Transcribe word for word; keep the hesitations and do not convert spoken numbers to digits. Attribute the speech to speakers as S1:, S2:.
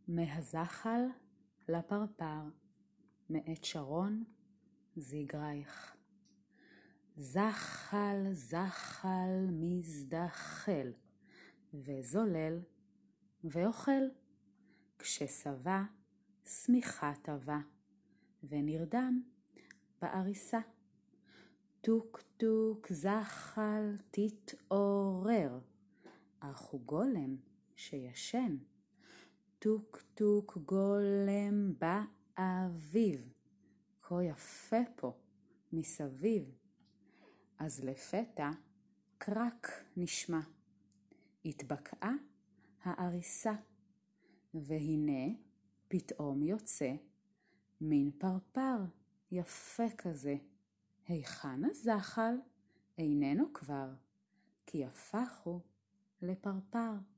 S1: מהזחל לפרפר, מאת שרון זיגרייך. זחל זחל מזדחל, וזולל ואוכל, כשסבא שמיכה טבע, ונרדם בעריסה. טוק טוק זחל תתעורר, אך הוא גולם שישן. טוק טוק גולם באביב, כה יפה פה מסביב. אז לפתע קרק נשמע, התבקעה העריסה, והנה פתאום יוצא מין פרפר יפה כזה. היכן הזחל? איננו כבר, כי הפך הוא לפרפר.